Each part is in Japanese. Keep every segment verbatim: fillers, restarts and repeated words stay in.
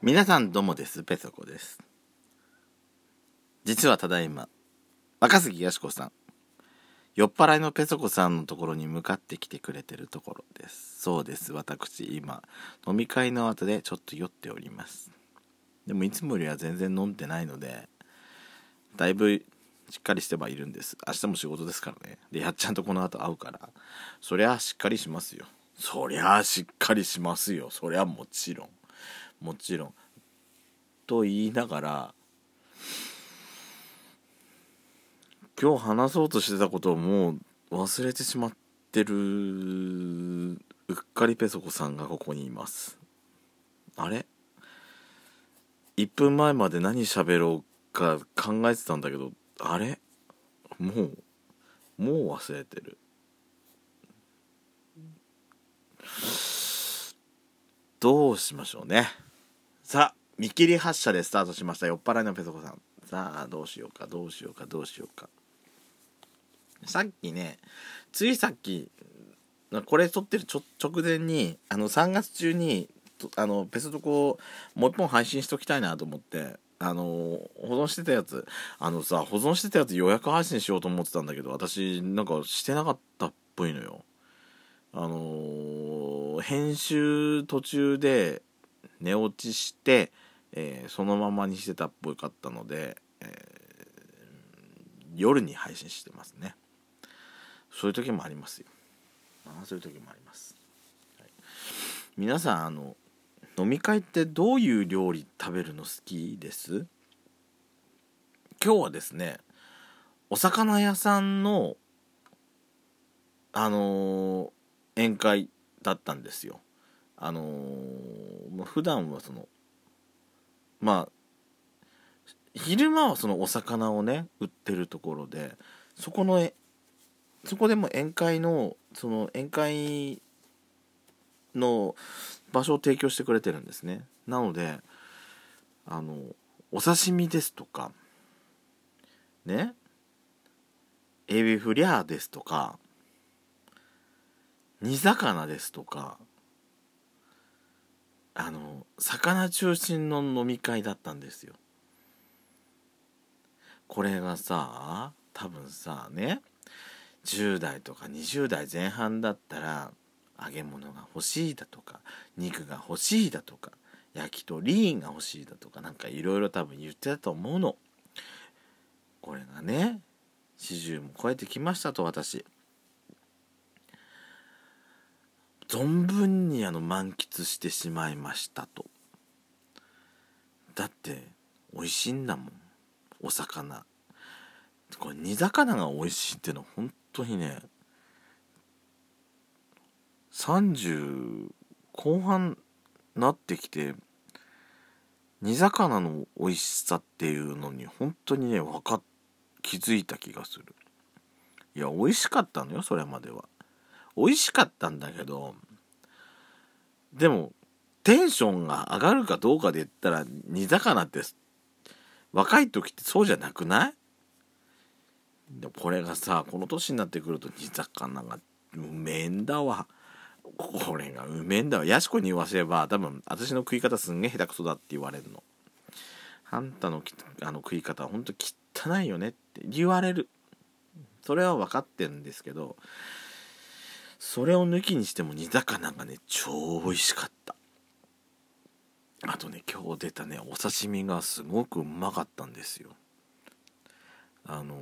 皆さんどうもです。ペソコです。実はただいま若杉やしこさん、酔っ払いのペソコさんのところに向かってきてくれてるところです。そうです。私今飲み会の後でちょっと酔っております。でもいつもよりは全然飲んでないのでだいぶしっかりしてはいるんです。明日も仕事ですからね。でやっちゃんとこの後会うからそりゃしっかりしますよ。そりゃしっかりしますよ。そりゃもちろんもちろんと言いながら今日話そうとしてたことをもう忘れてしまってるうっかりペソコさんがここにいます。あれいっぷんまえまで何喋ろうか考えてたんだけど、あれもうもう忘れてる。どうしましょうね。さあ見切り発車でスタートしました。酔っ払いのペソコさん。さあどうしようかどうしようかどうしようか。さっきねついさっきこれ撮ってるちょ直前にあのさんがつ中にあのペソドコもう一本配信しときたいなと思ってあの保存してたやつあのさ保存してたやつ予約配信しようと思ってたんだけど私なんかしてなかったっぽいのよ。あの編集途中で寝落ちして、えー、そのままにしてたっぽかったので、えー、夜に配信してますね。そういう時もありますよ。ああそういう時もあります、はい、皆さんあの飲み会ってどういう料理食べるの好きです？今日はですねお魚屋さんのあのー、宴会だったんですよ。あのー、普段はそのまあ昼間はそのお魚をね売ってるところでそこのえそこでも宴会のその宴会の場所を提供してくれてるんですね。なのであのお刺身ですとかねエビフリャーですとか煮魚ですとかあの魚中心の飲み会だったんですよ。これがさ多分さねじゅう代とかにじゅう代前半だったら揚げ物が欲しいだとか肉が欲しいだとか焼き鳥が欲しいだとかなんかいろいろ多分言ってたと思うの。これがねよんじゅうも超えてきましたと私存分にあの満喫してしまいましたと。だって美味しいんだもんお魚。これ煮魚が美味しいっていうのは本当にねさんじゅう後半なってきて煮魚の美味しさっていうのに本当にね分かっ気づいた気がする。いや美味しかったのよそれまでは美味しかったんだけどでもテンションが上がるかどうかで言ったら煮魚って若い時ってそうじゃなくない？でもこれがさこの年になってくると煮魚がうめえんだわ。これがうめえんだわ。やしこに言わせれば多分私の食い方すんげえ下手くそだって言われるの。あんたのあの食い方はほんと汚いよねって言われる。それは分かってるんですけどそれを抜きにしても煮魚がね超美味しかった。あとね今日出たねお刺身がすごくうまかったんですよ。あのー、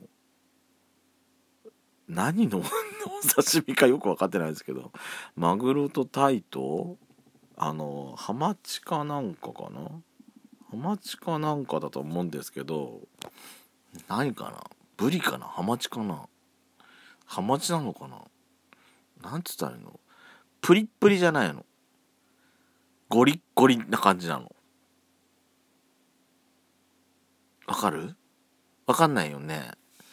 何のお刺身かよく分かってないですけどマグロとタイとあのハマチかなんかかなハマチかなんかだと思うんですけど何かなブリかなハマチかなハマチなのかななんつったらいいのプリップリじゃないのゴリッゴリな感じなの。わかる？わかんないよね。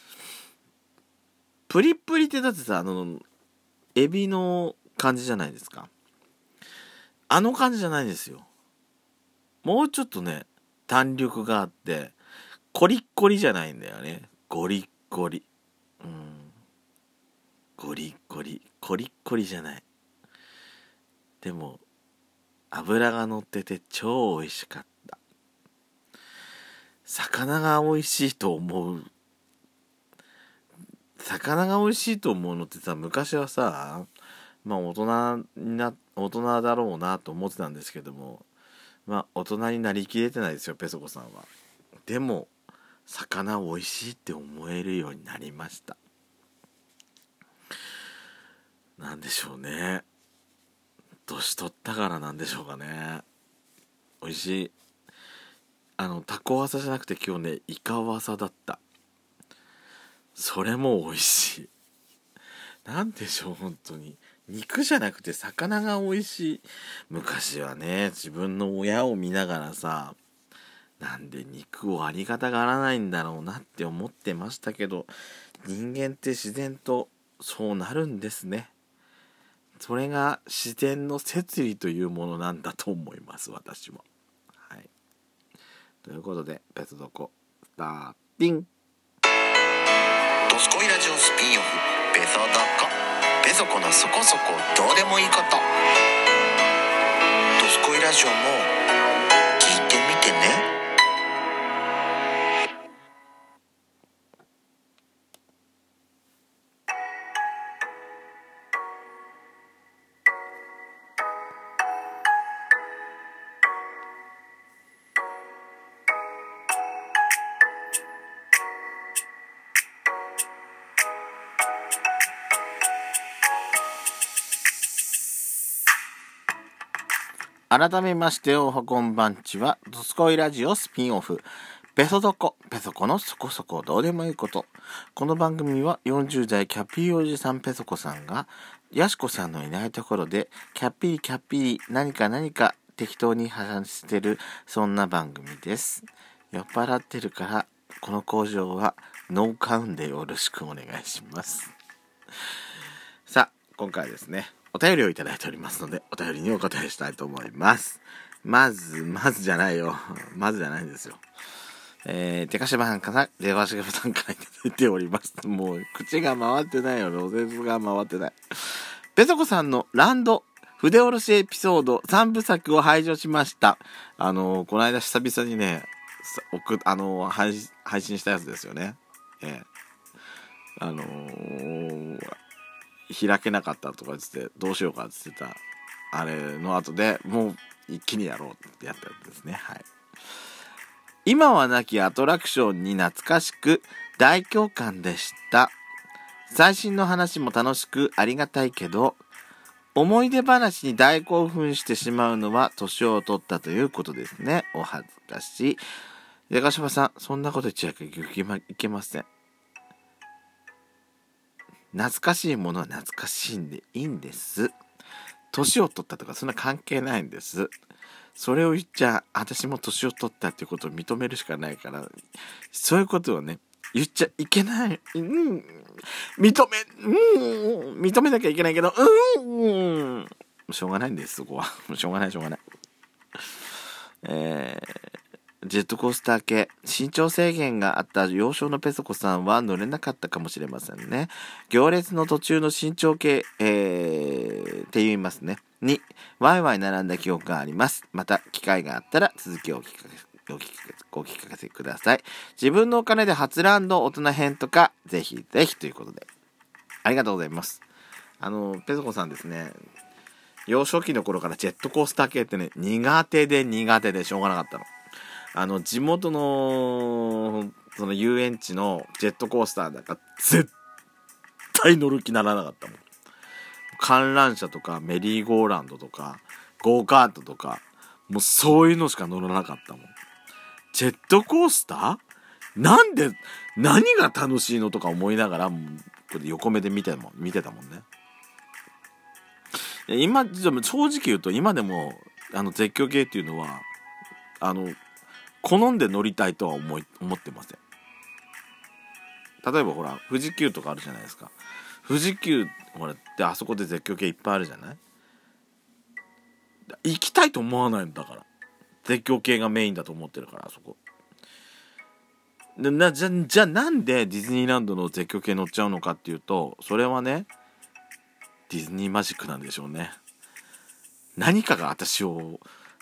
プリップリってだってさあのエビの感じじゃないですか。あの感じじゃないですよ。もうちょっとね弾力があってコリッコリじゃないんだよね。ゴリッゴリうんゴリッゴリコリッコリじゃない。でも脂が乗ってて超美味しかった。魚が美味しいと思う魚が美味しいと思うのってさ、昔はさ、まあ大人にな大人だろうなと思ってたんですけども、まあ大人になりきれてないですよ、ペソコさんは。でも魚美味しいって思えるようになりました。なんでしょうね、年取ったからなんでしょうかね。美味しい。あのタコワサじゃなくて今日ね、イカワサだった。それも美味しい。なんでしょう、本当に肉じゃなくて魚が美味しい。昔はね、自分の親を見ながらさ、なんで肉をありがたがらないんだろうなって思ってましたけど、人間って自然とそうなるんですね。それが自然の摂理というものなんだと思います、私も。はい。ということで、ペソドコスターティン。 ドスコイラジオスピンオフ、ペソドコ。ペソコのそこそこどうでもいいこと。ドスコイラジオも聞いてみてね。 改めましておはこんばんちは。ドスコイラジオスピンオフ、ペソドコ、ペソコのそこそこどうでもいいこと。この番組はよんじゅう代キャッピーおじさんペソコさんがヤシコさんのいないところでキャッピーキャッピー何か何か適当に話してる、そんな番組です。酔っ払ってるからこの工場はノーカウンでよろしくお願いします。さあ、今回ですね、お便りをいただいておりますので、お便りにお答えしたいと思います。まず、まずじゃないよ。まずじゃないんですよ。えー、デカシバさんから、デカシバさんからいただいております。もう、口が回ってないよ。ロゼスが回ってない。ペソコさんのランド、筆下ろしエピソードさんぶさくを拝聴しました。あのー、この間久々にね、送あのー、配、配信したやつですよね。えー、あのー、開けなかったとか言ってどうしようかって言ってたあれの後でもう一気にやろうってやったやつですね。はい。今はなきアトラクションに懐かしく大共感でした。最新の話も楽しくありがたいけど、思い出話に大興奮してしまうのは年を取ったということですね。お恥ずかしい。でかしばさん、そんなこと言っちゃいけません。懐かしいものは懐かしいんでいいんです。年を取ったとかそんな関係ないんです。それを言っちゃ私も年を取ったっていうことを認めるしかないから、そういうことをね言っちゃいけない、うん、認め、うん、認めなきゃいけないけど、うん、うん、しょうがないんです。そこはしょうがないしょうがない。えージェットコースター系、身長制限があった幼少のペソコさんは乗れなかったかもしれませんね。行列の途中の身長系、えー、って言いますね。に、ワイワイ並んだ記憶があります。また、機会があったら続きをお聞かせ、お聞かせ、お聞かせください。自分のお金で初ランド大人編とか、ぜひぜひということで。ありがとうございます。あの、ペソコさんですね、幼少期の頃からジェットコースター系ってね、苦手で苦手でしょうがなかったの。あの地元のその遊園地のジェットコースターだから絶対乗る気ならなかったもん。観覧車とかメリーゴーランドとかゴーカートとか、もうそういうのしか乗らなかったもん。ジェットコースターなんで何が楽しいのとか思いながら、もうこれ横目で見ても見てたもんね。今正直言うと今でもあの絶叫系っていうのはあの好んで乗りたいとは思い思ってません。例えばほら富士急とかあるじゃないですか。富士急ほらってあそこで絶叫系いっぱいあるじゃない。行きたいと思わないんだから、絶叫系がメインだと思ってるから、あそこでなじゃじゃあなんでディズニーランドの絶叫系乗っちゃうのかっていうと、それはねディズニーマジックなんでしょうね。何かが私を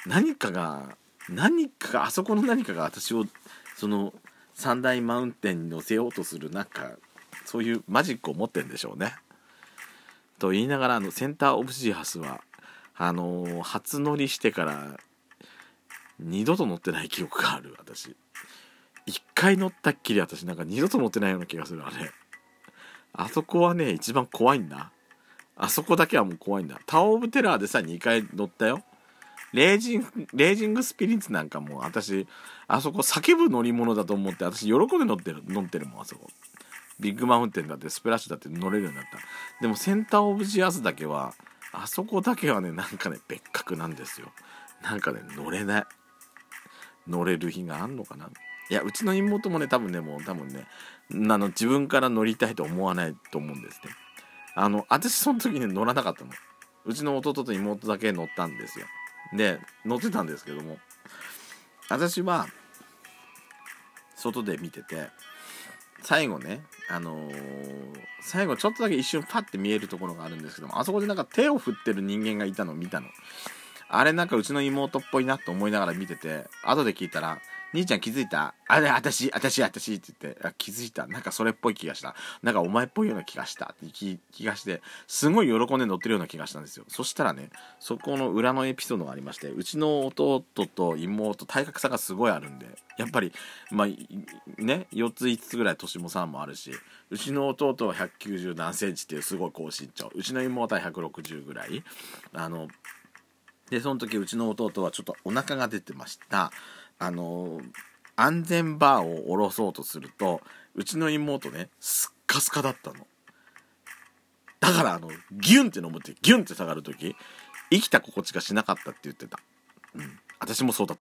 何かが何かがあそこの何かが私をその三大マウンテンに乗せようとするなんかそういうマジックを持ってるんでしょうね。と言いながらあのセンターオブジハスはあのー、初乗りしてから二度と乗ってない記憶がある。私一回乗ったっきり私なんか二度と乗ってないような気がする。あれあそこはね一番怖いんだ。あそこだけはもう怖いんだ。タワーオブテラーでさにかい乗ったよ。レージングレージングスピリッツなんかも私あそこ叫ぶ乗り物だと思って私喜んで乗ってる乗ってるもん。あそこビッグマウンテンだってスプラッシュだって乗れるようになった。でもセンターオブジアースだけはあそこだけはねなんかね別格なんですよ。なんかね乗れない乗れる日があんのかな。いやうちの妹もね多分ねもう多分ねあの自分から乗りたいと思わないと思うんですね。あの私その時ね乗らなかったの。うちの弟と妹だけ乗ったんですよ。で乗ってたんですけども私は外で見てて最後ねあのー、最後ちょっとだけ一瞬パッて見えるところがあるんですけどもあそこでなんか手を振ってる人間がいたのを見たの。あれなんかうちの妹っぽいなと思いながら見てて後で聞いたら兄ちゃん気づいたあれ私私私って言ってあ気づいたなんかそれっぽい気がしたなんかお前っぽいような気がしたって気気がしてすごい喜んで乗ってるような気がしたんですよ。そしたらねそこの裏のエピソードがありましてうちの弟と妹体格差がすごいあるんでやっぱりまあねよっついつつぐらい年も差もあるしうちの弟はひゃくきゅうじゅう何センチっていうすごい高身長うちの妹はひゃくろくじゅうぐらいあのでその時うちの弟はちょっとお腹が出てました。あの安全バーを下ろそうとするとうちの妹ねスッカスカだったの。だからあのギュンって登ってギュンって下がる時生きた心地がしなかったって言ってた。うん私もそうだっ